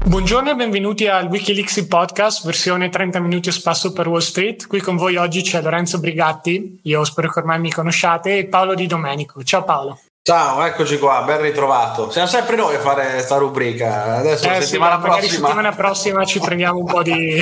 Buongiorno e benvenuti al Wikileaks Podcast, versione 30 minuti a spasso per Wall Street. Qui con voi oggi c'è Lorenzo Brigatti, io spero che ormai mi conosciate, e Paolo Di Domenico. Ciao Paolo. Ciao, eccoci qua, ben ritrovato. Siamo sempre noi a fare questa rubrica. Adesso settimana prossima ci prendiamo un po' di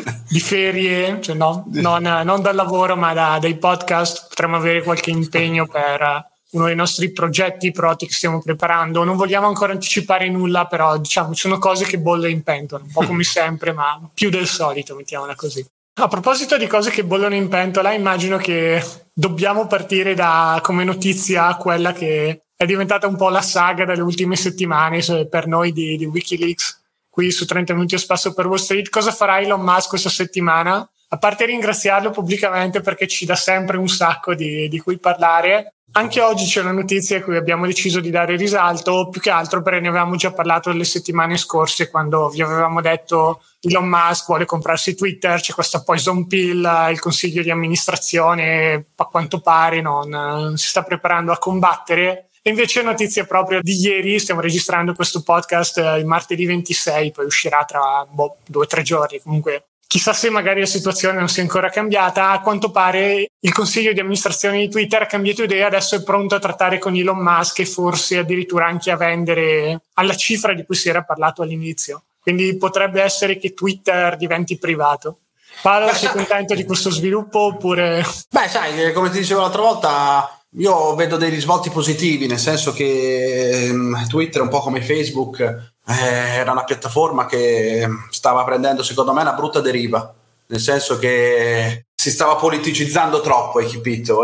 ferie, cioè non dal lavoro ma dai podcast. Potremmo avere qualche impegno per uno dei nostri progetti proti che stiamo preparando. Non vogliamo ancora anticipare nulla, però diciamo ci sono cose che bollono in pentola, un po' come sempre, ma più del solito, mettiamola così. A proposito di cose che bollono in pentola, immagino che dobbiamo partire da, come notizia, quella che è diventata un po' la saga delle ultime settimane per noi di Wikileaks, qui su 30 minuti a spasso per Wall Street. Cosa farà Elon Musk questa settimana? A parte ringraziarlo pubblicamente perché ci dà sempre un sacco di cui parlare. Anche oggi c'è una notizia a cui abbiamo deciso di dare risalto, più che altro perché ne avevamo già parlato le settimane scorse, quando vi avevamo detto Elon Musk vuole comprarsi Twitter, c'è questa poison pill, il consiglio di amministrazione a quanto pare non si sta preparando a combattere. E invece notizia proprio di ieri, stiamo registrando questo podcast il martedì 26, poi uscirà tra 2 o 3 giorni, comunque chissà se magari la situazione non sia ancora cambiata. A quanto pare il consiglio di amministrazione di Twitter ha cambiato idea, adesso è pronto a trattare con Elon Musk e forse addirittura anche a vendere alla cifra di cui si era parlato all'inizio. Quindi potrebbe essere che Twitter diventi privato. Paolo, sei contento di questo sviluppo oppure? Beh, sai, come ti dicevo l'altra volta, io vedo dei risvolti positivi, nel senso che Twitter, un po' come Facebook, era una piattaforma che stava prendendo, secondo me, una brutta deriva, nel senso che si stava politicizzando troppo, hai capito?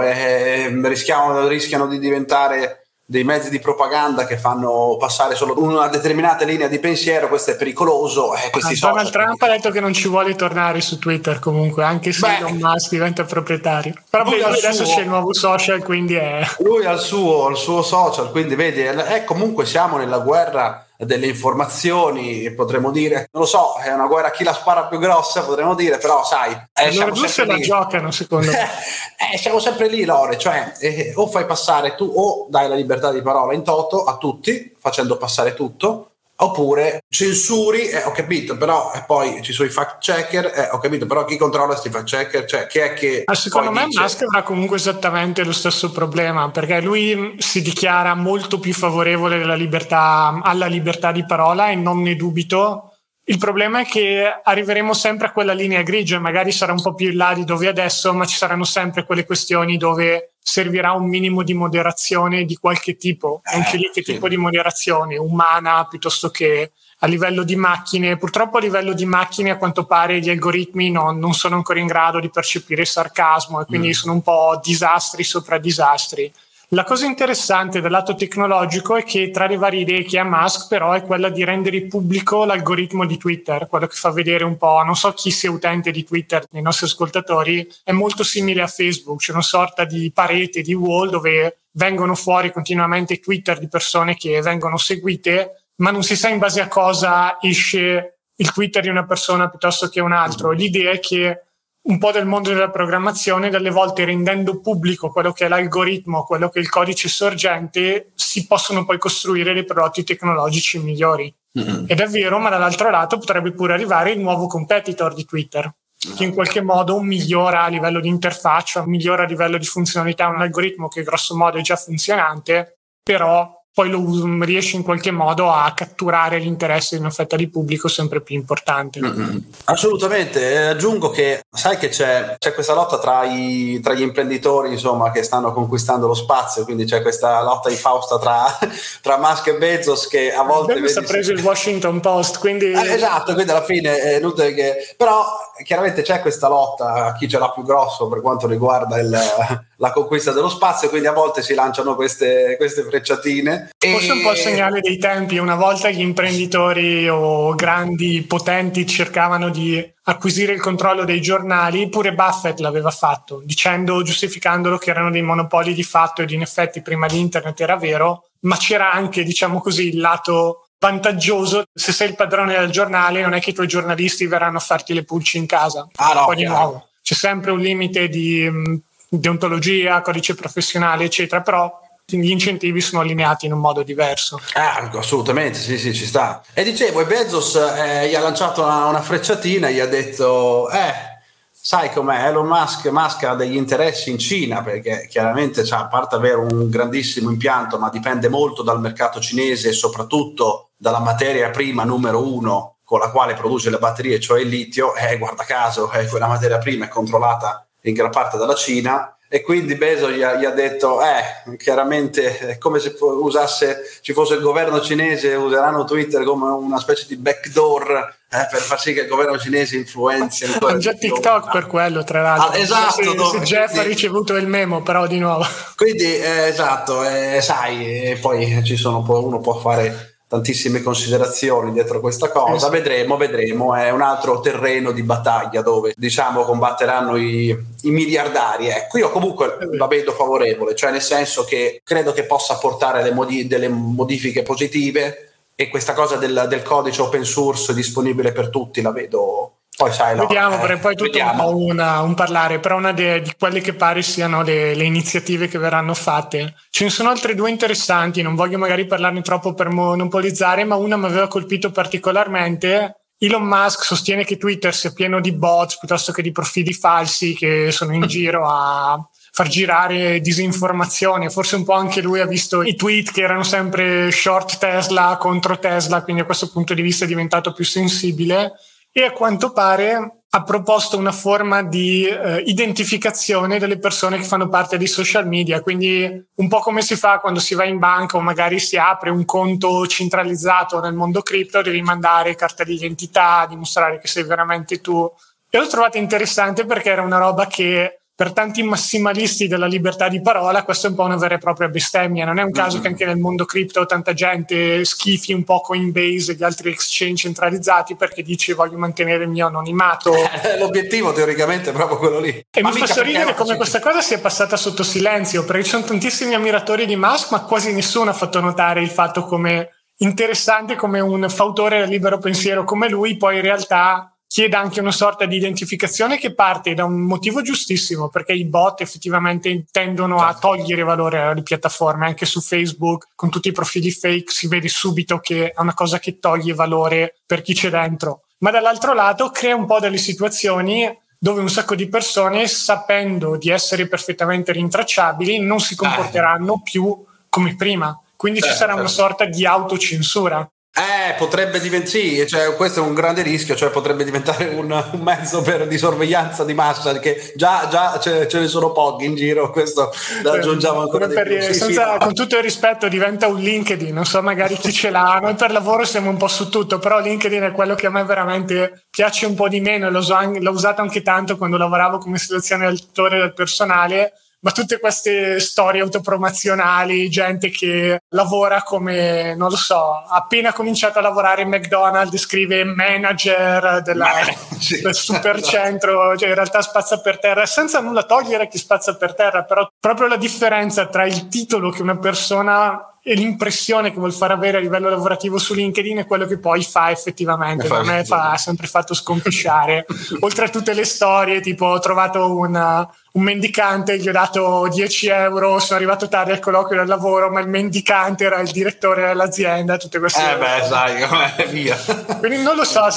Rischiano di diventare dei mezzi di propaganda che fanno passare solo una determinata linea di pensiero. Questo è pericoloso. Donald Trump ha detto che non ci vuole tornare su Twitter comunque, anche se Elon Musk diventa proprietario. Però lui adesso c'è il nuovo social, quindi lui ha il suo social, quindi vedi, comunque siamo nella guerra delle informazioni, potremmo dire, non lo so, è una guerra chi la spara più grossa, potremmo dire, però sai, loro due se la giocano, secondo me. Siamo sempre lì, Lore, cioè o fai passare tu, o dai la libertà di parola in toto a tutti, facendo passare tutto, oppure censuri, ho capito, però poi ci sono i fact checker, ho capito, però chi controlla questi fact checker? Cioè chi è che secondo me Musk avrà comunque esattamente lo stesso problema, perché lui si dichiara molto più favorevole alla libertà di parola, e non ne dubito. Il problema è che arriveremo sempre a quella linea grigia, magari sarà un po' più in là di dove è adesso, ma ci saranno sempre quelle questioni dove servirà un minimo di moderazione di qualche tipo. Anche lì che tipo di moderazione? Umana piuttosto che a livello di macchine. Purtroppo a livello di macchine a quanto pare gli algoritmi non sono ancora in grado di percepire il sarcasmo, e quindi sono un po' disastri sopra disastri. La cosa interessante dal lato tecnologico è che tra le varie idee che ha Musk però è quella di rendere pubblico l'algoritmo di Twitter, quello che fa vedere un po', non so chi sia utente di Twitter nei nostri ascoltatori, è molto simile a Facebook, c'è una sorta di parete, di wall dove vengono fuori continuamente Twitter di persone che vengono seguite, ma non si sa in base a cosa esce il Twitter di una persona piuttosto che un altro. L'idea è che un po' del mondo della programmazione, dalle volte rendendo pubblico quello che è l'algoritmo, quello che è il codice sorgente, si possono poi costruire dei prodotti tecnologici migliori. Ed è vero, ma dall'altro lato potrebbe pure arrivare il nuovo competitor di Twitter, che in qualche modo migliora a livello di interfaccia, migliora a livello di funzionalità un algoritmo che grosso modo è già funzionante, però poi lo riesce in qualche modo a catturare l'interesse di una fetta di pubblico sempre più importante. Assolutamente. Aggiungo che sai che c'è questa lotta tra gli imprenditori, insomma, che stanno conquistando lo spazio, quindi c'è questa lotta infausta tra Musk e Bezos, che a volte ha preso il Washington Post, quindi esatto, quindi alla fine è inutile che, però chiaramente c'è questa lotta a chi ce l'ha più grosso per quanto riguarda la conquista dello spazio, quindi a volte si lanciano queste frecciatine. Forse un po' il segnale dei tempi. Una volta gli imprenditori o grandi potenti cercavano di acquisire il controllo dei giornali, pure Buffett l'aveva fatto, giustificandolo che erano dei monopoli di fatto, ed in effetti prima di internet era vero, ma c'era anche, diciamo così, il lato vantaggioso. Se sei il padrone del giornale, non è che i tuoi giornalisti verranno a farti le pulci in casa. Poi di nuovo c'è sempre un limite di deontologia, codice professionale, eccetera, però gli incentivi sono allineati in un modo diverso. Assolutamente, sì, ci sta. E dicevo, e Bezos gli ha lanciato una frecciatina e gli ha detto sai com'è, Elon Musk ha degli interessi in Cina, perché chiaramente a parte avere un grandissimo impianto, ma dipende molto dal mercato cinese e soprattutto dalla materia prima numero uno con la quale produce le batterie, cioè il litio. Guarda caso, quella materia prima è controllata in gran parte dalla Cina, e quindi Bezos gli ha detto chiaramente è come se ci fosse il governo cinese, useranno Twitter come una specie di backdoor per far sì che il governo cinese influenzi ancora già TikTok per quello, tra l'altro. Esatto, se Jeff ha ricevuto il memo, però di nuovo quindi esatto, sai, poi uno può fare tantissime considerazioni dietro questa cosa. Vedremo, è un altro terreno di battaglia dove diciamo combatteranno i miliardari. Ecco, io comunque la vedo favorevole, cioè nel senso che credo che possa portare delle modifiche positive, e questa cosa del codice open source disponibile per tutti la vedo. Poi sai, vediamo, perché poi tutto un po' un parlare, però una di quelle che pare siano le iniziative che verranno fatte. Ce ne sono altre due interessanti, non voglio magari parlarne troppo per monopolizzare, ma una mi aveva colpito particolarmente. Elon Musk sostiene che Twitter sia pieno di bots piuttosto che di profili falsi che sono in giro a far girare disinformazione. Forse un po' anche lui ha visto i tweet che erano sempre short Tesla contro Tesla, quindi a questo punto di vista è diventato più sensibile. E a quanto pare ha proposto una forma di identificazione delle persone che fanno parte dei social media, quindi un po' come si fa quando si va in banca o magari si apre un conto centralizzato nel mondo cripto, devi mandare carta di identità, dimostrare che sei veramente tu. E l'ho trovata interessante perché era una roba che per tanti massimalisti della libertà di parola questo è un po' una vera e propria bestemmia. Non è un caso che anche nel mondo cripto tanta gente schifi un po' Coinbase e gli altri exchange centralizzati perché dice voglio mantenere il mio anonimato. L'obiettivo teoricamente è proprio quello lì. E mi fa sorridere come questa cosa sia passata sotto silenzio, perché ci sono tantissimi ammiratori di Musk, ma quasi nessuno ha fatto notare il fatto come interessante, come un fautore del libero pensiero come lui poi in realtà chieda anche una sorta di identificazione che parte da un motivo giustissimo, perché i bot effettivamente tendono a togliere valore alle piattaforme. Anche su Facebook con tutti i profili fake si vede subito che è una cosa che toglie valore per chi c'è dentro, ma dall'altro lato crea un po' delle situazioni dove un sacco di persone, sapendo di essere perfettamente rintracciabili, non si comporteranno più come prima, quindi ci sarà una sorta di autocensura. Potrebbe diventare, cioè, questo è un grande rischio, cioè potrebbe diventare un mezzo di sorveglianza di massa, che già ce ne sono pochi in giro, questo lo aggiungiamo ancora di più. Con tutto il rispetto diventa un LinkedIn, non so magari chi ce l'ha, noi per lavoro siamo un po' su tutto, però LinkedIn è quello che a me veramente piace un po' di meno, l'ho usato anche tanto quando lavoravo come selezionatore del personale. Ma tutte queste storie autopromozionali, gente che lavora come, non lo so, ha appena cominciato a lavorare in McDonald's, scrive manager del supercentro, cioè in realtà spazza per terra, senza nulla togliere a chi spazza per terra, però proprio la differenza tra il titolo che una persona e l'impressione che vuol far avere a livello lavorativo su LinkedIn è quello che poi fa effettivamente. A me ha sempre fatto scompisciare. Oltre a tutte le storie, tipo ho trovato un mendicante, gli ho dato 10 euro, sono arrivato tardi al colloquio del lavoro, ma il mendicante era il direttore dell'azienda, tutte queste sai com'è, via. Quindi non lo so,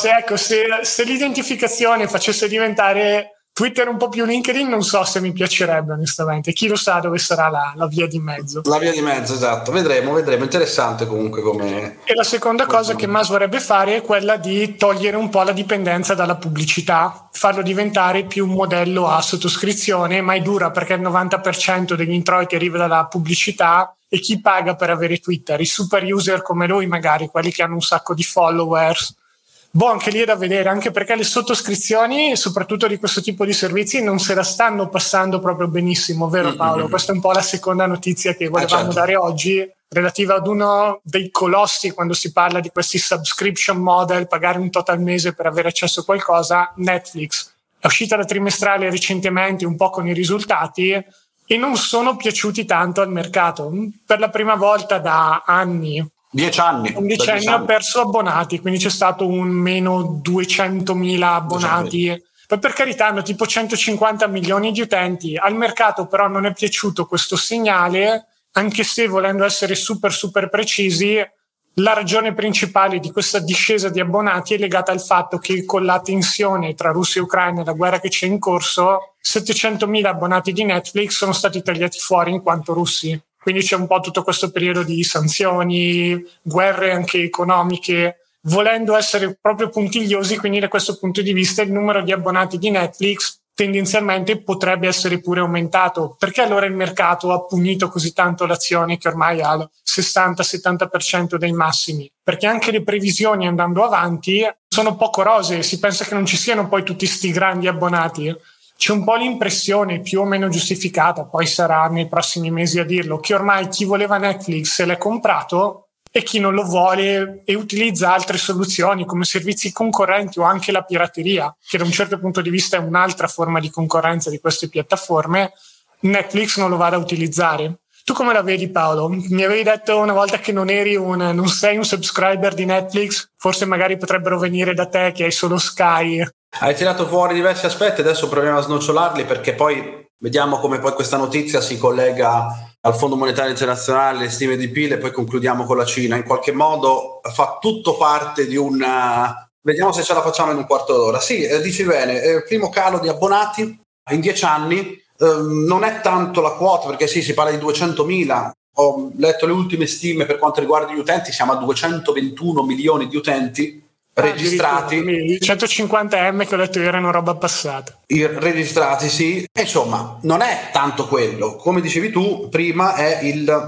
se l'identificazione facesse diventare Twitter un po' più LinkedIn, non so se mi piacerebbe onestamente, chi lo sa dove sarà la via di mezzo. La via di mezzo, esatto, vedremo, interessante comunque come. E la seconda cosa che Musk vorrebbe fare è quella di togliere un po' la dipendenza dalla pubblicità, farlo diventare più un modello a sottoscrizione, ma è dura perché il 90% degli introiti arriva dalla pubblicità, e chi paga per avere Twitter? I super user come lui magari, quelli che hanno un sacco di followers. Anche lì è da vedere, anche perché le sottoscrizioni, soprattutto di questo tipo di servizi, non se la stanno passando proprio benissimo, vero Paolo? Questa è un po' la seconda notizia che volevamo dare oggi, relativa ad uno dei colossi quando si parla di questi subscription model, pagare un tot al mese per avere accesso a qualcosa. Netflix è uscita la trimestrale recentemente, un po' con i risultati, e non sono piaciuti tanto al mercato. Per la prima volta da anni, 10 anni. Un decennio ha perso abbonati, quindi c'è stato un meno 200.000 abbonati. Poi per carità hanno tipo 150 milioni di utenti. Al mercato però non è piaciuto questo segnale anche se volendo essere super super precisi, la ragione principale di questa discesa di abbonati è legata al fatto che con la tensione tra Russia e Ucraina e la guerra che c'è in corso, 700.000 abbonati di Netflix sono stati tagliati fuori in quanto russi. Quindi c'è un po' tutto questo periodo di sanzioni, guerre anche economiche, volendo essere proprio puntigliosi, quindi da questo punto di vista il numero di abbonati di Netflix tendenzialmente potrebbe essere pure aumentato. Perché allora il mercato ha punito così tanto l'azione che ormai ha il 60-70% dei massimi? Perché anche le previsioni andando avanti sono poco rosee, si pensa che non ci siano poi tutti sti grandi abbonati. C'è un po' l'impressione, più o meno giustificata, poi sarà nei prossimi mesi a dirlo, che ormai chi voleva Netflix se l'è comprato e chi non lo vuole e utilizza altre soluzioni come servizi concorrenti o anche la pirateria, che da un certo punto di vista è un'altra forma di concorrenza di queste piattaforme, Netflix non lo vada a utilizzare. Tu come la vedi, Paolo? Mi avevi detto una volta che non sei un subscriber di Netflix, forse magari potrebbero venire da te che hai solo Sky. Hai tirato fuori diversi aspetti, adesso proviamo a snocciolarli perché poi vediamo come poi questa notizia si collega al Fondo Monetario Internazionale, le stime di PIL e poi concludiamo con la Cina. In qualche modo fa tutto parte di vediamo se ce la facciamo in un quarto d'ora. Sì, dici bene, primo calo di abbonati in 10 anni, non è tanto la quota perché sì, si parla di 200.000. Ho letto le ultime stime per quanto riguarda gli utenti, siamo a 221 milioni di utenti registrati. 150M che ho detto erano roba passata. Registrati, sì. Insomma, non è tanto quello. Come dicevi tu, prima è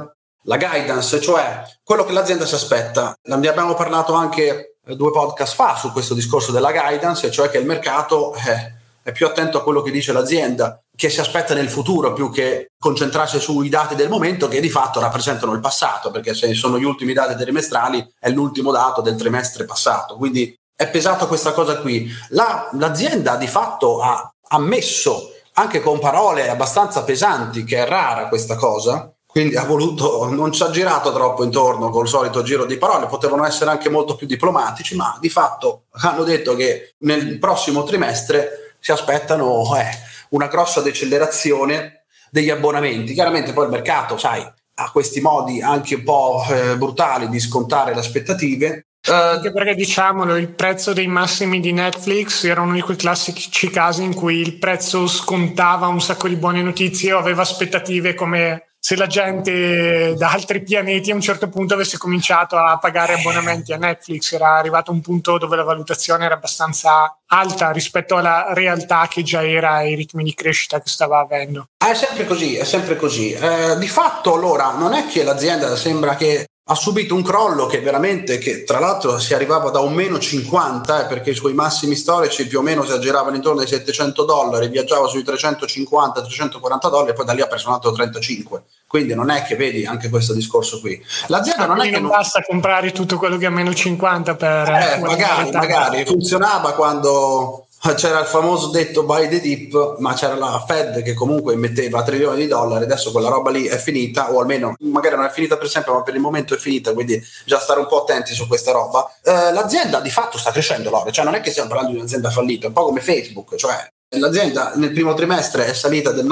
la guidance, cioè quello che l'azienda si aspetta. Ne abbiamo parlato anche 2 podcast fa su questo discorso della guidance, cioè che il mercato è più attento a quello che dice l'azienda, che si aspetta nel futuro più che concentrarsi sui dati del momento che di fatto rappresentano il passato, perché se sono gli ultimi dati trimestrali è l'ultimo dato del trimestre passato, quindi è pesata questa cosa qui. L'azienda di fatto ha ammesso anche con parole abbastanza pesanti che è rara questa cosa, quindi non ci ha girato troppo intorno col solito giro di parole, potevano essere anche molto più diplomatici, ma di fatto hanno detto che nel prossimo trimestre si aspettano una grossa decelerazione degli abbonamenti. Chiaramente poi il mercato, sai, ha questi modi anche un po' brutali di scontare le aspettative. Anche perché, diciamolo, il prezzo dei massimi di Netflix era uno di quei classici casi in cui il prezzo scontava un sacco di buone notizie o aveva aspettative, come se la gente da altri pianeti a un certo punto avesse cominciato a pagare abbonamenti a Netflix. Era arrivato a un punto dove la valutazione era abbastanza alta rispetto alla realtà che già era e ai ritmi di crescita che stava avendo. È sempre così. Di fatto allora non è che l'azienda sembra che ha subito un crollo che tra l'altro si arrivava da un meno 50, perché i suoi massimi storici più o meno si aggiravano intorno ai $700, viaggiava sui $350-340 e poi da lì ha perso un altro 35. Quindi non è che vedi anche questo discorso qui. L'azienda non è che non basta comprare tutto quello che è a meno 50 per magari funzionava quando c'era il famoso detto buy the dip, ma c'era la Fed che comunque metteva $trilioni, adesso quella roba lì è finita, o almeno magari non è finita per sempre, ma per il momento è finita, quindi bisogna stare un po' attenti su questa roba. L'azienda di fatto sta crescendo, Lore, cioè non è che stiamo parlando di un'azienda fallita, è un po' come Facebook, cioè l'azienda nel primo trimestre è salita del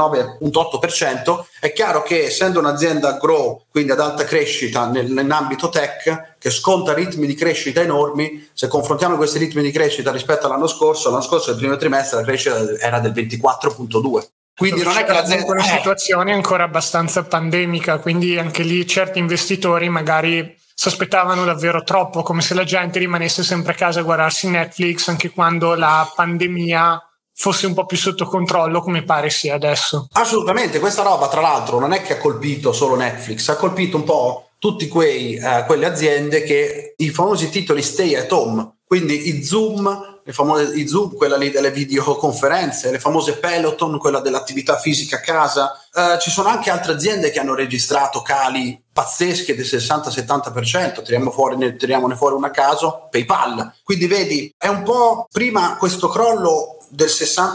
9,8%. È chiaro che essendo un'azienda grow, quindi ad alta crescita nell'ambito tech, che sconta ritmi di crescita enormi, se confrontiamo questi ritmi di crescita rispetto all'anno scorso il primo trimestre la crescita era del 24,2%. Quindi non è che l'azienda una situazione ancora abbastanza pandemica, quindi anche lì certi investitori magari si aspettavano davvero troppo, come se la gente rimanesse sempre a casa a guardarsi Netflix anche quando la pandemia fosse un po' più sotto controllo, come pare sia adesso. Assolutamente, questa roba tra l'altro non è che ha colpito solo Netflix, ha colpito un po' tutti quelle aziende che i famosi titoli stay at home, quindi i Zoom, quella lì delle videoconferenze, le famose Peloton, quella dell'attività fisica a casa. Ci sono anche altre aziende che hanno registrato cali pazzesche del 60-70%, tiriamone fuori una a caso, PayPal. Quindi vedi, è un po' prima questo crollo del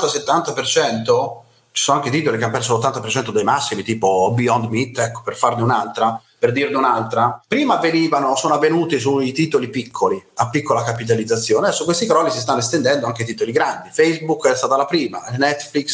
60-70%, ci sono anche titoli che hanno perso l'80% dei massimi, tipo Beyond Meat, ecco, per dirne un'altra. Prima sono avvenuti sui titoli piccoli, a piccola capitalizzazione, adesso questi crolli si stanno estendendo anche ai titoli grandi. Facebook è stata la prima, Netflix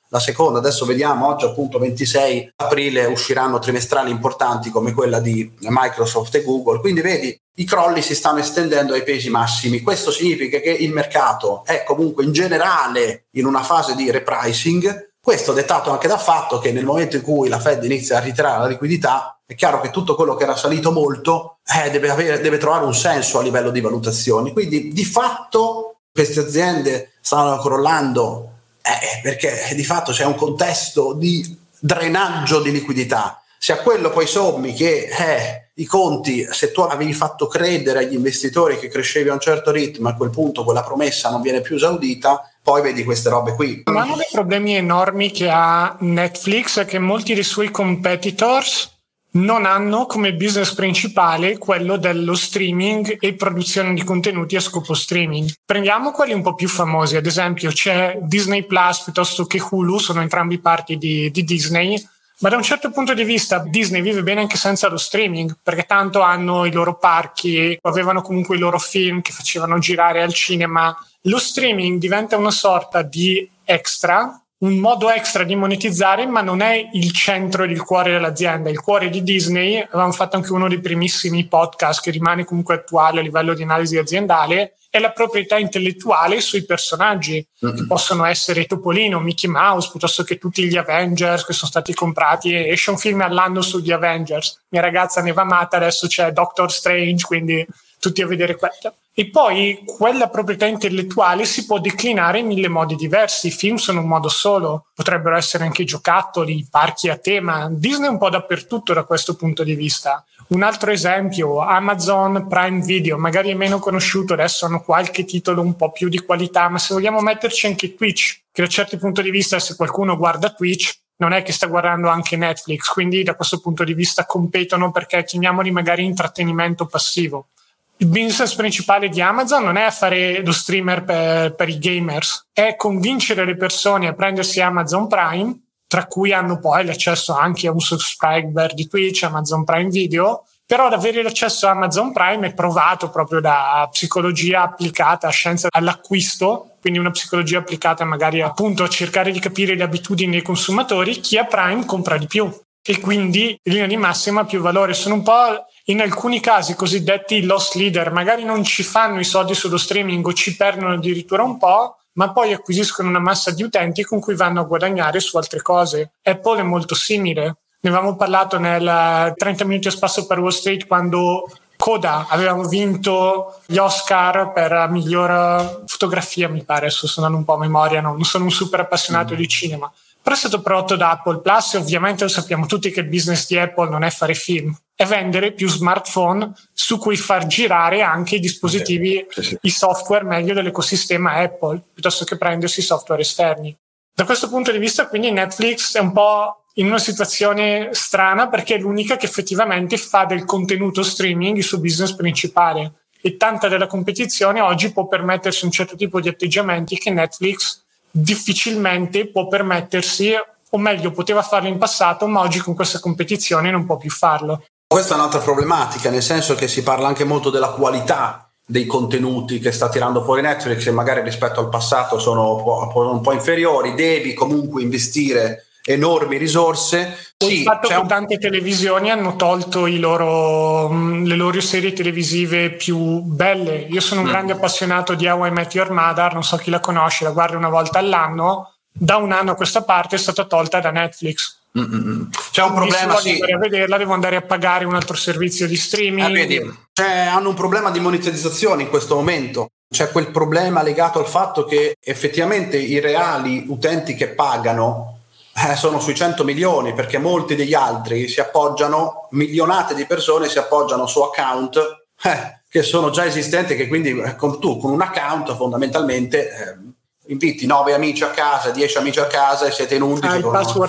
la seconda, adesso vediamo, oggi appunto 26 aprile usciranno trimestrali importanti come quella di Microsoft e Google, quindi vedi, i crolli si stanno estendendo ai pesi massimi. Questo significa che il mercato è comunque in generale in una fase di repricing, questo dettato anche dal fatto che nel momento in cui la Fed inizia a ritirare la liquidità, è chiaro che tutto quello che era salito molto deve trovare un senso a livello di valutazioni, quindi di fatto queste aziende stanno crollando perché di fatto c'è un contesto di drenaggio di liquidità. Se a quello poi sommi che i conti, se tu avevi fatto credere agli investitori che crescevi a un certo ritmo, a quel punto quella promessa non viene più esaudita, poi vedi queste robe qui. Uno dei problemi enormi che ha Netflix è che molti dei suoi competitors non hanno come business principale quello dello streaming e produzione di contenuti a scopo streaming. Prendiamo quelli un po' più famosi, ad esempio c'è Disney Plus piuttosto che Hulu, sono entrambi parti di Disney, ma da un certo punto di vista Disney vive bene anche senza lo streaming, perché tanto hanno i loro parchi, avevano comunque i loro film che facevano girare al cinema. Lo streaming diventa una sorta di extra, un modo extra di monetizzare, ma non è il centro e il cuore dell'azienda. Il cuore di Disney, avevamo fatto anche uno dei primissimi podcast che rimane comunque attuale a livello di analisi aziendale, è la proprietà intellettuale sui personaggi, che possono essere Topolino, Mickey Mouse, piuttosto che tutti gli Avengers che sono stati comprati, e esce un film all'anno sugli Avengers. Mia ragazza ne va matta, adesso c'è Doctor Strange, quindi tutti a vedere quello. E poi quella proprietà intellettuale si può declinare in 1000 modi diversi. I film sono un modo solo, potrebbero essere anche giocattoli, parchi a tema. Disney è un po' dappertutto da questo punto di vista. Un altro esempio, Amazon Prime Video, magari è meno conosciuto, adesso hanno qualche titolo un po' più di qualità, ma se vogliamo metterci anche Twitch, che da certi punti di vista se qualcuno guarda Twitch non è che sta guardando anche Netflix, quindi da questo punto di vista competono perché chiamiamoli magari intrattenimento passivo. Il business principale di Amazon non è fare lo streamer per i gamers, è convincere le persone a prendersi Amazon Prime, tra cui hanno poi l'accesso anche a un subscriber di Twitch, Amazon Prime Video, però ad avere l'accesso a Amazon Prime è provato proprio da psicologia applicata a scienza all'acquisto, quindi una psicologia applicata magari appunto a cercare di capire le abitudini dei consumatori. Chi ha Prime compra di più e quindi in linea di massima più valore. Sono un po' in alcuni casi cosiddetti loss leader, magari non ci fanno i soldi sullo streaming o ci perdono addirittura un po', ma poi acquisiscono una massa di utenti con cui vanno a guadagnare su altre cose. Apple è molto simile. Ne avevamo parlato nel 30 minuti a spasso per Wall Street quando Coda avevamo vinto gli Oscar per miglior fotografia, mi pare, adesso sto andando un po' a memoria, non sono un super appassionato di cinema. Però è stato prodotto da Apple Plus e ovviamente lo sappiamo tutti che il business di Apple non è fare film, è vendere più smartphone su cui far girare anche i dispositivi, i software meglio dell'ecosistema Apple, piuttosto che prendersi software esterni. Da questo punto di vista quindi Netflix è un po' in una situazione strana perché è l'unica che effettivamente fa del contenuto streaming il suo business principale e tanta della competizione oggi può permettersi un certo tipo di atteggiamenti che Netflix difficilmente può permettersi, o meglio poteva farlo in passato, ma oggi con questa competizione non può più farlo. Questa è un'altra problematica, nel senso che si parla anche molto della qualità dei contenuti che sta tirando fuori Netflix e magari rispetto al passato sono un po' inferiori, devi comunque investire enormi risorse. Il fatto che tante televisioni hanno tolto le loro serie televisive più belle. Io sono un grande appassionato di How I Met Your Mother, non so chi la conosce, la guardo una volta all'anno. Da un anno a questa parte è stata tolta da Netflix. C'è un problema, se voglio andare a vederla devo andare a pagare un altro servizio di streaming. Hanno un problema di monetizzazione in questo momento. C'è quel problema legato al fatto che effettivamente i reali utenti che pagano sono sui 100 milioni, perché molti degli altri si appoggiano, milionate di persone si appoggiano su account che sono già esistenti, che quindi tu con un account fondamentalmente inviti 9 amici a casa, 10 amici a casa e siete in 11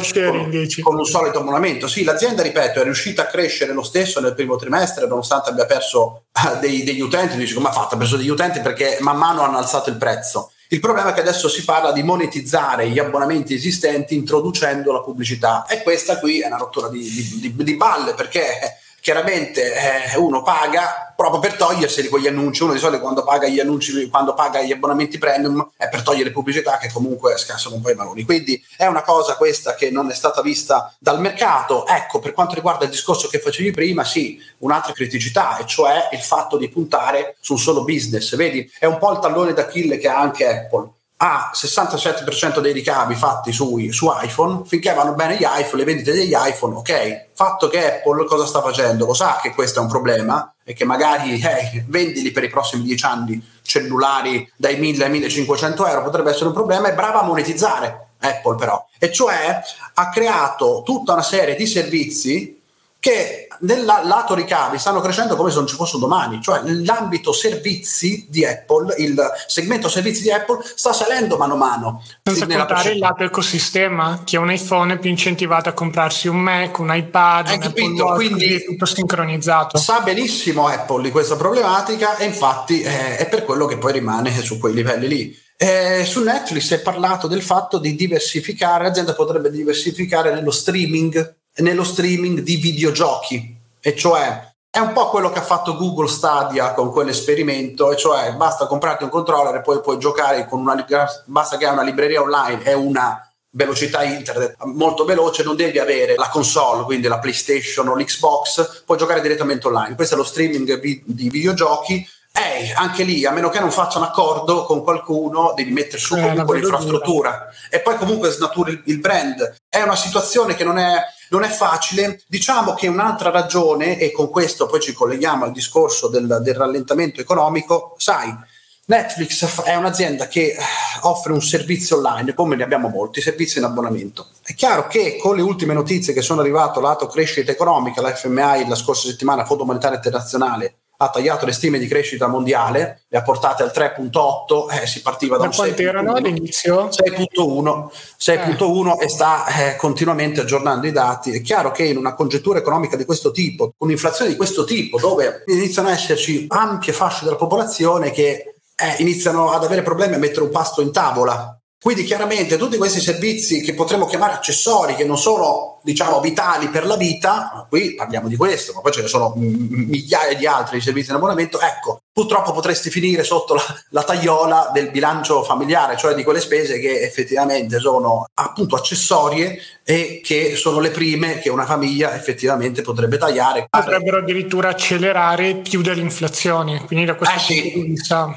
con un solito abbonamento. Sì, l'azienda, ripeto, è riuscita a crescere lo stesso nel primo trimestre nonostante abbia perso degli utenti. Dici, come ha fatto? Ha perso degli utenti perché man mano hanno alzato il prezzo. Il problema è che adesso si parla di monetizzare gli abbonamenti esistenti introducendo la pubblicità, e questa qui è una rottura di balle, perché chiaramente uno paga proprio per toglierseli quegli annunci. Uno di solito quando paga gli annunci, quando paga gli abbonamenti premium, è per togliere pubblicità che comunque scassano un po' i valori. Quindi è una cosa questa che non è stata vista dal mercato. Ecco, per quanto riguarda il discorso che facevi prima, sì, un'altra criticità, e cioè il fatto di puntare su un solo business. Vedi, è un po' il tallone d'Achille che ha anche Apple. Ha 67% dei ricavi fatti su iPhone. Finché vanno bene gli iPhone, le vendite degli iPhone, ok. Fatto che Apple cosa sta facendo? Lo sa che questo è un problema e che magari vendili per i prossimi 10 anni cellulari dai 1.000 ai 1.500 euro potrebbe essere un problema. È brava a monetizzare Apple, però, e cioè ha creato tutta una serie di servizi che nel lato ricavi stanno crescendo come se non ci fosse un domani. Cioè l'ambito servizi di Apple, il segmento servizi di Apple sta salendo mano a mano. Senza contare il lato ecosistema, che un iPhone è più incentivato a comprarsi un Mac, un iPad, un Apple Watch, quindi è tutto sincronizzato. Sa benissimo Apple di questa problematica e infatti è per quello che poi rimane su quei livelli lì. Su Netflix si è parlato del fatto di diversificare, l'azienda potrebbe diversificare nello streaming di videogiochi, e cioè è un po' quello che ha fatto Google Stadia con quell'esperimento, e cioè basta comprarti un controller e poi puoi giocare basta che hai una libreria online e una velocità internet molto veloce, non devi avere la console, quindi la PlayStation o l'Xbox, puoi giocare direttamente online. Questo è lo streaming di videogiochi. Anche lì, a meno che non faccia un accordo con qualcuno, devi mettere su comunque l'infrastruttura e poi comunque snaturi il brand. È una situazione che non è facile. Diciamo che un'altra ragione, e con questo poi ci colleghiamo al discorso del rallentamento economico, sai, Netflix è un'azienda che offre un servizio online, come ne abbiamo molti, servizi in abbonamento. È chiaro che con le ultime notizie che sono arrivate lato crescita economica, la FMI la scorsa settimana, Fondo Monetario Internazionale, ha tagliato le stime di crescita mondiale, le ha portate al 3.8, si partiva da un 6.1. Quanto erano all'inizio? 6.1 e sta continuamente aggiornando i dati. È chiaro che in una congiuntura economica di questo tipo, con un'inflazione di questo tipo, dove iniziano a esserci ampie fasce della popolazione che iniziano ad avere problemi a mettere un pasto in tavola. Quindi chiaramente tutti questi servizi che potremmo chiamare accessori, che non sono, diciamo, vitali per la vita, qui parliamo di questo, ma poi ce ne sono migliaia di altri servizi in abbonamento, ecco, purtroppo potresti finire sotto la tagliola del bilancio familiare, cioè di quelle spese che effettivamente sono appunto accessorie e che sono le prime che una famiglia effettivamente potrebbe tagliare. Potrebbero addirittura accelerare più dell'inflazione, quindi da questo punto di vista.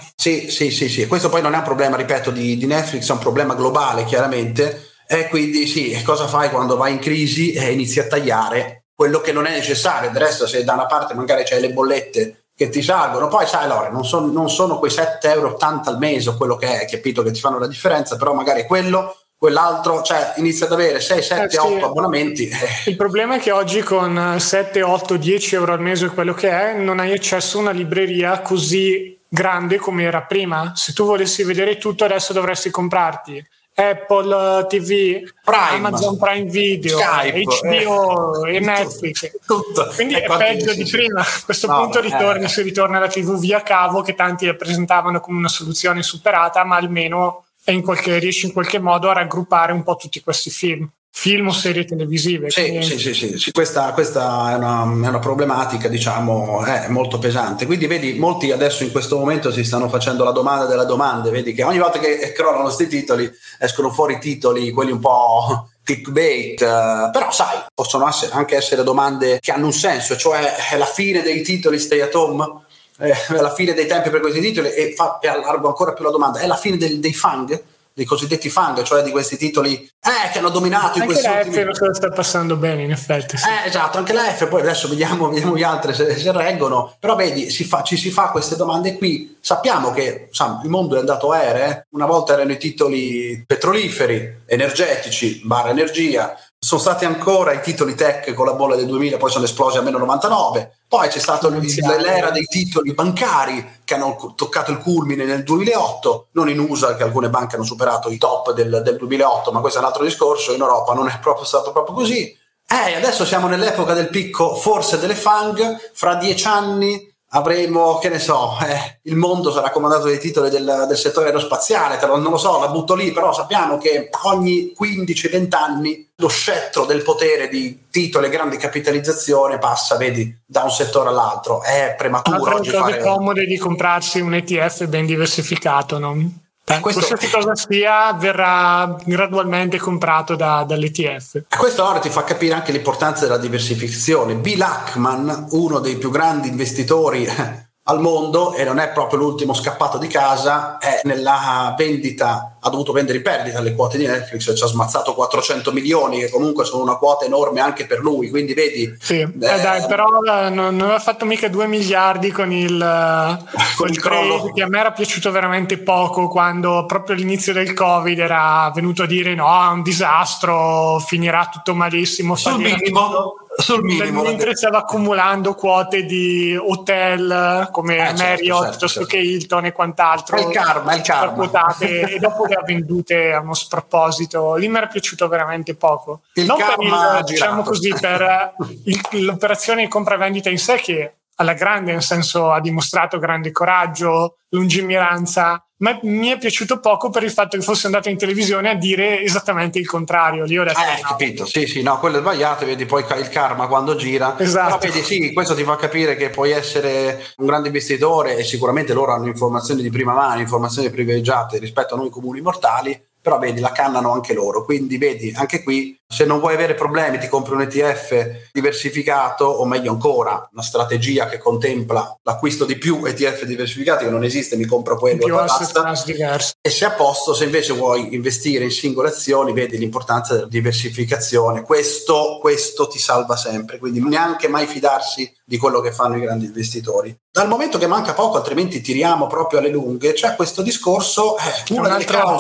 Sì. Questo poi non è un problema, ripeto, di Netflix, è un problema globale chiaramente, e quindi sì, cosa fai quando vai in crisi e inizi a tagliare quello che non è necessario? Del resto, se da una parte magari c'hai le bollette che ti salgono, poi sai, allora non sono quei 7,80 euro al mese o quello che è, capito, che ti fanno la differenza, però magari quell'altro, cioè inizia ad avere 6, 7, 8 abbonamenti. Il problema è che oggi con 7, 8, 10 euro al mese, quello che è, non hai accesso a una libreria così grande come era prima. Se tu volessi vedere tutto, adesso dovresti comprarti Apple TV, Prime, Amazon Prime Video, Skype, HBO e Netflix. Tutto. Quindi è peggio di prima. A questo punto si ritorna alla TV via cavo, che tanti la presentavano come una soluzione superata, ma almeno riesci in qualche modo a raggruppare un po' tutti questi film o serie televisive. Sì, questa è una problematica, diciamo, molto pesante. Quindi vedi, molti adesso in questo momento si stanno facendo la domanda delle domande, vedi che ogni volta che crollano questi titoli escono fuori titoli, quelli un po' clickbait, però sai, possono anche essere domande che hanno un senso, cioè è la fine dei titoli stay at home, la fine dei tempi per questi titoli, e allargo ancora più la domanda, è la fine dei fang, dei cosiddetti fang, cioè di questi titoli che hanno dominato in questi ultimi... Anche la F lo sta passando bene, in effetti. Sì. Esatto, anche la F, poi adesso vediamo gli altri se reggono, però vedi, ci si fa queste domande qui. Sappiamo che il mondo è andato aereo, una volta erano i titoli petroliferi, energetici, energia, sono stati ancora i titoli tech con la bolla del 2000, poi sono esplosi a meno 99, poi c'è stata l'era dei titoli bancari che hanno toccato il culmine nel 2008, non in USA, che alcune banche hanno superato i top del 2008, ma questo è un altro discorso. In Europa non è proprio stato proprio così. Adesso siamo nell'epoca del picco, forse delle fang. Fra 10 anni avremo, che ne so, il mondo sarà comandato dai titoli del settore aerospaziale, non lo so, la butto lì, però sappiamo che ogni 15-20 anni lo scettro del potere di titoli e grande capitalizzazione passa, vedi, da un settore all'altro. È prematuro oggi fare... fare... comode di comprarsi un ETF ben diversificato, no? Qualsiasi cosa sia verrà gradualmente comprato dall'ETF. Questo ora ti fa capire anche l'importanza della diversificazione. Bill Ackman, uno dei più grandi investitori al mondo, e non è proprio l'ultimo scappato di casa, è nella vendita, ha dovuto vendere in perdita le quote di Netflix, ci ha smazzato 400 milioni, che comunque sono una quota enorme anche per lui, quindi vedi... Sì, dai, però non aveva fatto mica 2 miliardi con il trade, che a me era piaciuto veramente poco, quando proprio all'inizio del Covid era venuto a dire no, è un disastro, finirà tutto malissimo. Sul minimo, mentre stava accumulando quote di hotel come Marriott, piuttosto che Hilton e quant'altro, è il karma. Quotate, e dopo le ha vendute a uno sproposito. Lì mi era piaciuto veramente poco, non per diciamo così, per l'operazione di compra-vendita in sé, che alla grande, nel senso, ha dimostrato grande coraggio, lungimiranza, ma mi è piaciuto poco per il fatto che fosse andato in televisione a dire esattamente il contrario. Lì ho detto no. Capito, sì, no, quello è sbagliato, vedi poi il karma quando gira. Esatto. Però vedi, sì, questo ti fa capire che puoi essere un grande investitore, e sicuramente loro hanno informazioni di prima mano, informazioni privilegiate rispetto a noi comuni mortali, però vedi, la cannano anche loro, quindi vedi, anche qui, se non vuoi avere problemi ti compri un ETF diversificato, o meglio ancora una strategia che contempla l'acquisto di più ETF diversificati, che non esiste, mi compro quello più e basta, diversi. e sei a posto. Se invece vuoi investire in singole azioni, vedi l'importanza della diversificazione, questo ti salva sempre, quindi neanche mai fidarsi di quello che fanno i grandi investitori. Dal momento che manca poco, altrimenti tiriamo proprio alle lunghe, c'è questo discorso, un altro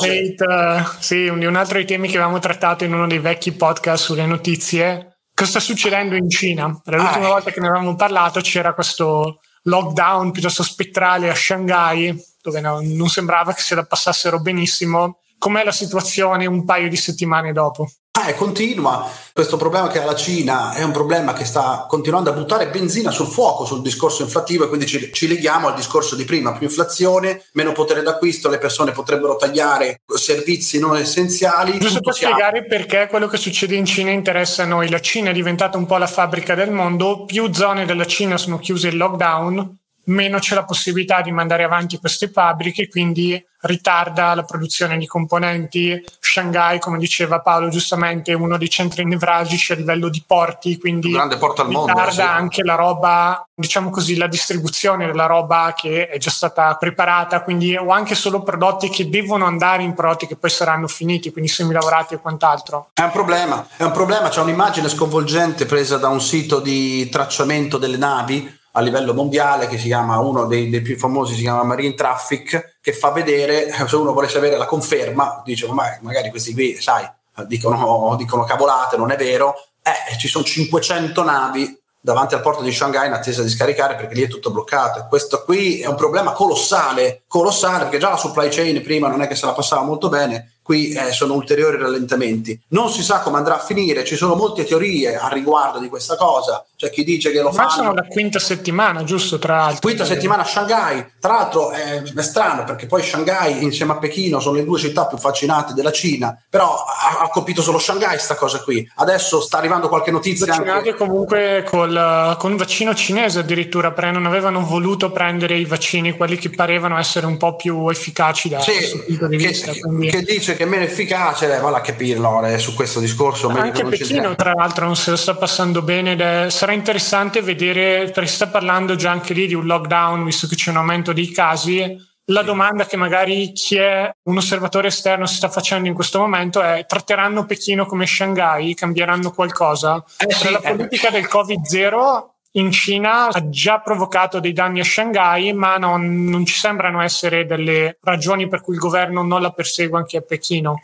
dei temi che avevamo trattato in uno dei vecchi podcast sulle notizie. Cosa sta succedendo in Cina? L'ultima volta che ne avevamo parlato c'era questo lockdown piuttosto spettrale a Shanghai, dove non sembrava che se la passassero benissimo. Com'è la situazione un paio di settimane dopo? Continua. Questo problema che ha la Cina è un problema che sta continuando a buttare benzina sul fuoco sul discorso inflattivo, e quindi ci leghiamo al discorso di prima: più inflazione, meno potere d'acquisto, le persone potrebbero tagliare servizi non essenziali. Giusto per spiegare perché quello che succede in Cina interessa a noi. La Cina è diventata un po' la fabbrica del mondo, più zone della Cina sono chiuse in lockdown, meno c'è la possibilità di mandare avanti queste fabbriche, quindi ritarda la produzione di componenti. Shanghai, come diceva Paolo giustamente, è uno dei centri nevralgici a livello di porti, quindi il grande porto al mondo, ritarda anche la roba, diciamo così, la distribuzione della roba che è già stata preparata, quindi o anche solo prodotti che devono andare in prodotti che poi saranno finiti, quindi semilavorati e quant'altro. È un problema. C'è un'immagine sconvolgente presa da un sito di tracciamento delle navi a livello mondiale, che si chiama, uno dei più famosi, si chiama Marine Traffic, che fa vedere, se uno volesse avere la conferma, dice magari questi qui, sai, dicono cavolate, non è vero, ci sono 500 navi davanti al porto di Shanghai in attesa di scaricare, perché lì è tutto bloccato. Questo qui è un problema colossale, perché già la supply chain prima non è che se la passava molto bene, qui sono ulteriori rallentamenti. Non si sa come andrà a finire, ci sono molte teorie a riguardo di questa cosa. C'è chi dice che lo fanno. Ma sono la quinta settimana, giusto? Tra l'altro, quinta settimana a Shanghai. Tra l'altro è strano, perché poi Shanghai insieme a Pechino sono le due città più vaccinate della Cina, però ha colpito solo Shanghai sta cosa qui. Adesso sta arrivando qualche notizia vaccinate anche comunque con un vaccino cinese addirittura, perché non avevano voluto prendere i vaccini, quelli che parevano essere un po' più efficaci da questo punto di vista. Quindi... che dice che è meno efficace, vale a capirlo su questo discorso. Anche Pechino tra l'altro non se lo sta passando bene, sarà interessante vedere, perché si sta parlando già anche lì di un lockdown, visto che c'è un aumento dei casi. La domanda che magari chi è un osservatore esterno si sta facendo in questo momento è: tratteranno Pechino come Shanghai? Cambieranno qualcosa? La politica del Covid-0 in Cina ha già provocato dei danni a Shanghai, ma non ci sembrano essere delle ragioni per cui il governo non la persegue anche a Pechino,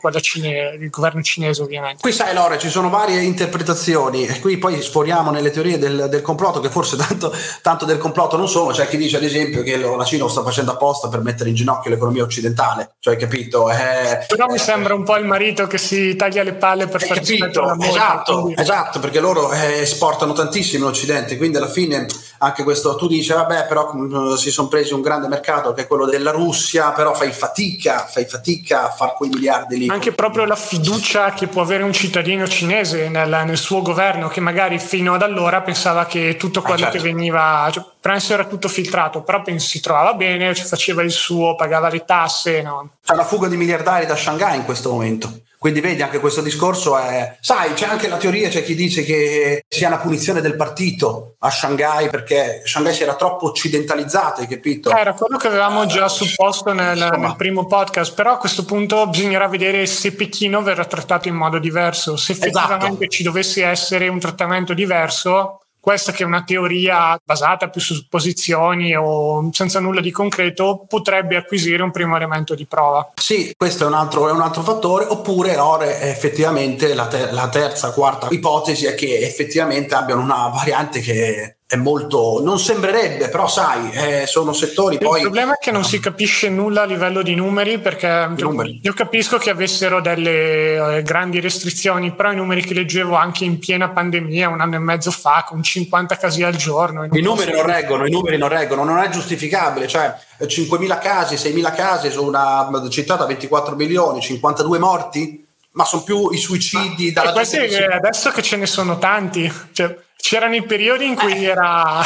il governo cinese ovviamente. Qui sai Lore, ci sono varie interpretazioni, e qui poi sforiamo nelle teorie del complotto, che forse tanto del complotto non sono. C'è chi dice ad esempio che la Cina lo sta facendo apposta per mettere in ginocchio l'economia occidentale, cioè capito? Però mi sembra un po' il marito che si taglia le palle per far rispetto alla moglie. Esatto, perché loro esportano tantissimo in Occidente, quindi alla fine anche questo, tu dici vabbè, però si sono presi un grande mercato che è quello della Russia, però fai fatica a far quei miliardi lì. Anche proprio la fiducia che può avere un cittadino cinese nel suo governo, che magari fino ad allora pensava che tutto quello che veniva, cioè, penso era tutto filtrato, però si trovava bene, ci faceva il suo, pagava le tasse, no? C'è una fuga di miliardari da Shanghai in questo momento. Quindi vedi, anche questo discorso è... Sai, c'è anche la teoria, c'è chi dice che sia una punizione del partito a Shanghai perché Shanghai si era troppo occidentalizzata, hai capito? Era quello che avevamo già supposto nel primo podcast, però a questo punto bisognerà vedere se Pechino verrà trattato in modo diverso, se effettivamente ci dovesse essere un trattamento diverso. Questa che è una teoria basata più su supposizioni o senza nulla di concreto potrebbe acquisire un primo elemento di prova. Sì, questo è un altro fattore, oppure effettivamente la terza, quarta ipotesi è che effettivamente abbiano una variante che è molto, non sembrerebbe, però sai, sono settori poi... Il problema è che non si capisce nulla a livello di numeri, perché io capisco che avessero delle grandi restrizioni, però i numeri che leggevo anche in piena pandemia 1 anno e mezzo fa, con 50 casi al giorno... I numeri non reggono, non è giustificabile, cioè 5.000 casi, 6.000 casi su una città da 24 milioni, 52 morti, ma sono più i suicidi dalla gente... Adesso che ce ne sono tanti, cioè... C'erano i periodi in cui era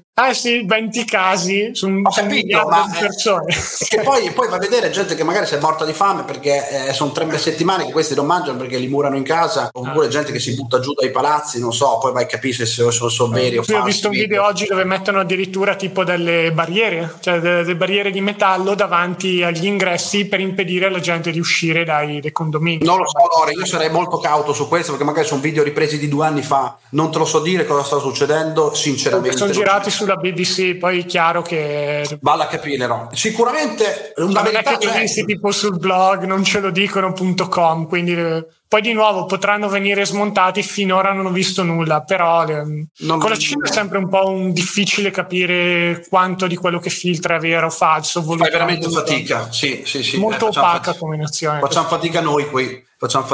20 casi su un miliardo di persone. Che poi va a vedere gente che magari si è morta di fame perché sono 3 settimane che questi non mangiano perché li murano in casa, oppure gente che si butta giù dai palazzi, non so, poi vai a capire se sono veri o falsi. Io ho visto un video oggi dove mettono addirittura tipo delle barriere, cioè delle barriere di metallo davanti agli ingressi per impedire alla gente di uscire dai condomini. Non lo so, Lore, io sarei molto cauto su questo perché magari sono video ripresi di 2 anni fa, non te lo so dire cosa sta succedendo, sinceramente. Sono girati sulla BBC, poi è chiaro che vale a capire, no? Sicuramente una verità che visti tipo sul blog non ce lo dicono.com, quindi poi di nuovo potranno venire smontati, finora non ho visto nulla, però con la Cina è sempre un po' difficile capire quanto di quello che filtra è vero o falso. Fai veramente fatica, sì. Molto opaca come nazione. Facciamo fatica noi qui,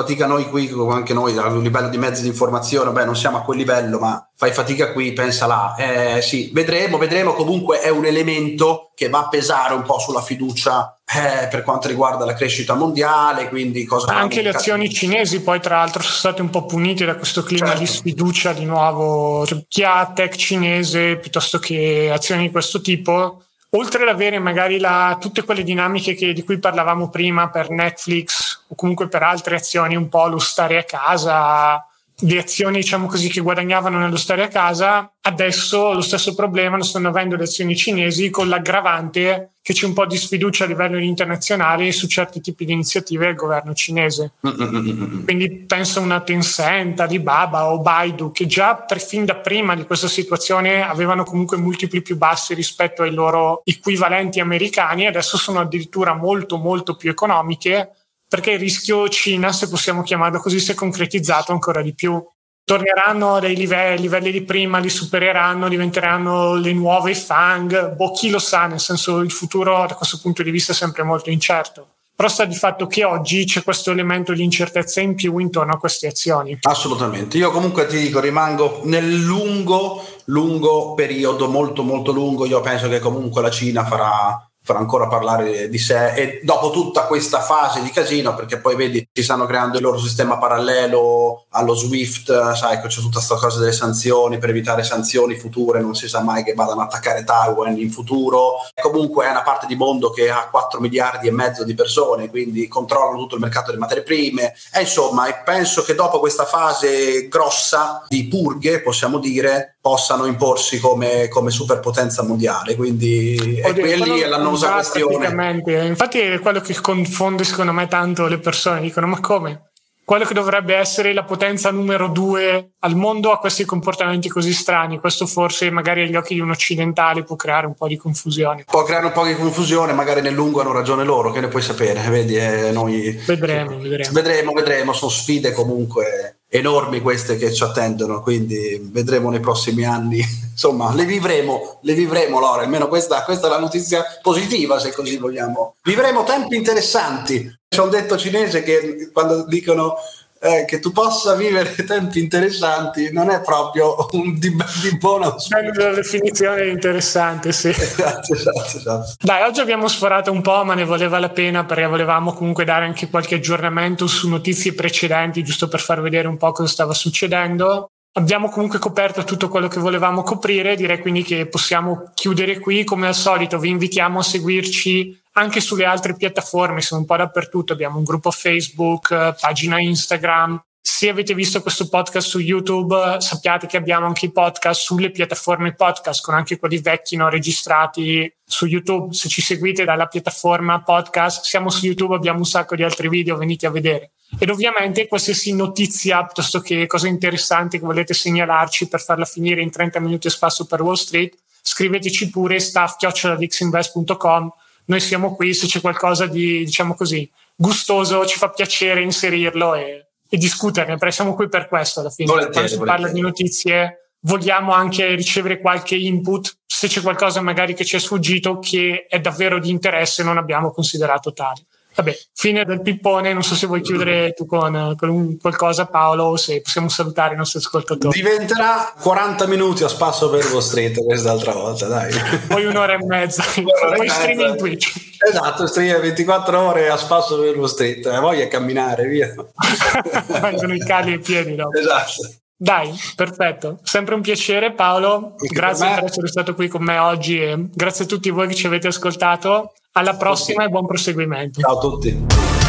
anche noi a un livello di mezzi di informazione, non siamo a quel livello, ma fai fatica qui, pensa là. Sì, vedremo, comunque è un elemento che va a pesare un po' sulla fiducia per quanto riguarda la crescita mondiale, quindi anche le azioni cinesi poi tra l'altro sono state un po' punite da questo clima di sfiducia di nuovo, cioè, chi ha tech cinese piuttosto che azioni di questo tipo, oltre ad avere magari tutte quelle dinamiche di cui parlavamo prima per Netflix o comunque per altre azioni, un po' lo stare a casa, le azioni diciamo così che guadagnavano nello stare a casa, adesso lo stesso problema lo stanno avendo le azioni cinesi, con l'aggravante che c'è un po' di sfiducia a livello internazionale su certi tipi di iniziative del governo cinese. Quindi penso a una Tencent, Alibaba o Baidu, che già fin da prima di questa situazione avevano comunque multipli più bassi rispetto ai loro equivalenti americani, adesso sono addirittura molto molto più economiche, perché il rischio Cina, se possiamo chiamarlo così, si è concretizzato ancora di più. Torneranno a dei livelli di prima, li supereranno, diventeranno le nuove FANG, chi lo sa, nel senso il futuro da questo punto di vista è sempre molto incerto. Però sta di fatto che oggi c'è questo elemento di incertezza in più intorno a queste azioni. Assolutamente, io comunque ti dico, rimango nel lungo periodo, molto molto lungo, io penso che comunque la Cina farà ancora parlare di sé, e dopo tutta questa fase di casino, perché poi vedi si stanno creando il loro sistema parallelo allo SWIFT, sai, c'è tutta questa cosa delle sanzioni per evitare sanzioni future, non si sa mai che vadano a attaccare Taiwan in futuro. Comunque è una parte di mondo che ha 4 miliardi e mezzo di persone, quindi controllano tutto il mercato delle materie prime, e insomma penso che dopo questa fase grossa di purghe, possiamo dire, possano imporsi come superpotenza mondiale, quindi è lì l'annosa questione. Infatti è quello che confonde secondo me tanto le persone, dicono ma come? Quello che dovrebbe essere la potenza numero 2 al mondo ha questi comportamenti così strani, questo forse magari agli occhi di un occidentale può creare un po' di confusione. Magari nel lungo hanno ragione loro, che ne puoi sapere, vedi, noi vedremo, sono sfide comunque enormi queste che ci attendono, quindi vedremo nei prossimi anni, insomma le vivremo Laura, almeno questa è la notizia positiva, se così vogliamo. Vivremo tempi interessanti. C'è un detto cinese che quando dicono che tu possa vivere tempi interessanti non è proprio di buon auspicio. È una definizione interessante, sì. Esatto. Dai, oggi abbiamo sforato un po', ma ne valeva la pena, perché volevamo comunque dare anche qualche aggiornamento su notizie precedenti, giusto per far vedere un po' cosa stava succedendo. Abbiamo comunque coperto tutto quello che volevamo coprire, direi quindi che possiamo chiudere qui. Come al solito vi invitiamo a seguirci anche sulle altre piattaforme, siamo un po' dappertutto, abbiamo un gruppo Facebook, pagina Instagram. Se avete visto questo podcast su YouTube, sappiate che abbiamo anche i podcast sulle piattaforme podcast, con anche quelli vecchi non registrati su YouTube. Se ci seguite dalla piattaforma podcast, siamo su YouTube, abbiamo un sacco di altri video, venite a vedere. Ed ovviamente qualsiasi notizia piuttosto che cosa interessante che volete segnalarci per farla finire in 30 minuti a spasso per Wall Street, scriveteci pure staff@dixinvest.com. Noi siamo qui, se c'è qualcosa di, diciamo così, gustoso, ci fa piacere inserirlo e discuterne, perché siamo qui per questo alla fine. Quando si parla di notizie vogliamo anche ricevere qualche input, se c'è qualcosa magari che ci è sfuggito che è davvero di interesse e non abbiamo considerato tale. Vabbè, fine del pippone, non so se vuoi chiudere tu con qualcosa, Paolo, o se possiamo salutare i nostri ascoltatori. Diventerà 40 minuti a spasso per Wall Street quest'altra volta, dai. Poi 1 ora e mezza, poi streaming Twitch. Esatto, stream 24 ore a spasso per Wall Street, voglia camminare, via. Vengono i cali e i piedi, no? Esatto. Dai, perfetto, sempre un piacere Paolo, grazie per essere stato qui con me oggi e grazie a tutti voi che ci avete ascoltato, alla prossima e buon proseguimento. Ciao a tutti.